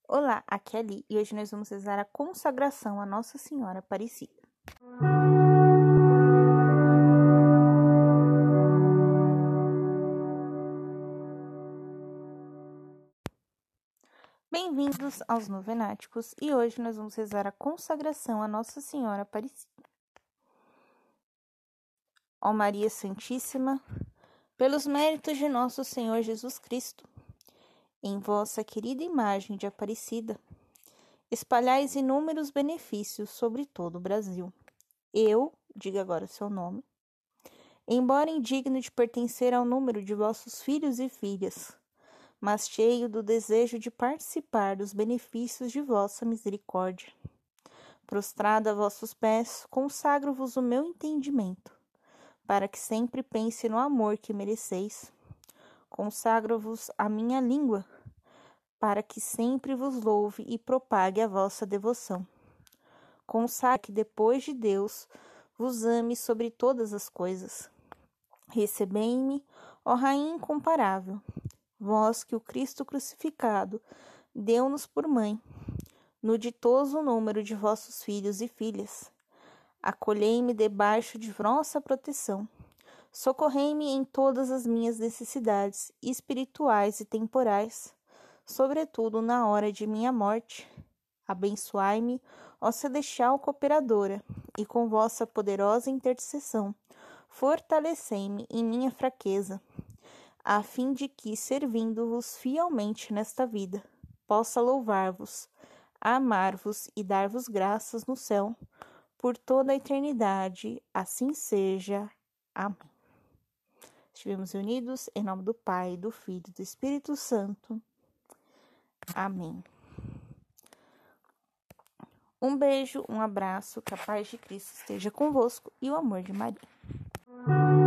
Olá, aqui é a Ali e hoje nós vamos rezar a consagração a Nossa Senhora Aparecida. Bem-vindos aos Novenáticos e hoje nós vamos rezar a consagração a Nossa Senhora Aparecida. Ó Maria Santíssima, pelos méritos de nosso Senhor Jesus Cristo, em vossa querida imagem de Aparecida, espalhais inúmeros benefícios sobre todo o Brasil. Eu, diga agora o seu nome, embora indigno de pertencer ao número de vossos filhos e filhas, mas cheio do desejo de participar dos benefícios de vossa misericórdia. Prostrado a vossos pés, consagro-vos o meu entendimento, para que sempre pense no amor que mereceis. Consagro-vos a minha língua, para que sempre vos louve e propague a vossa devoção. Consagro que depois de Deus vos ame sobre todas as coisas. Recebei-me, ó Rainha incomparável, vós que o Cristo crucificado deu-nos por mãe, no ditoso número de vossos filhos e filhas. Acolhei-me debaixo de vossa proteção. Socorrei-me em todas as minhas necessidades espirituais e temporais, sobretudo na hora de minha morte. Abençoai-me, ó celestial cooperadora, e com vossa poderosa intercessão, fortalecei-me em minha fraqueza, a fim de que, servindo-vos fielmente nesta vida, possa louvar-vos, amar-vos e dar-vos graças no céu, por toda a eternidade. Assim seja. Amém. Estivemos unidos em nome do Pai, do Filho e do Espírito Santo. Amém. Um beijo, um abraço, que a paz de Cristo esteja convosco e o amor de Maria.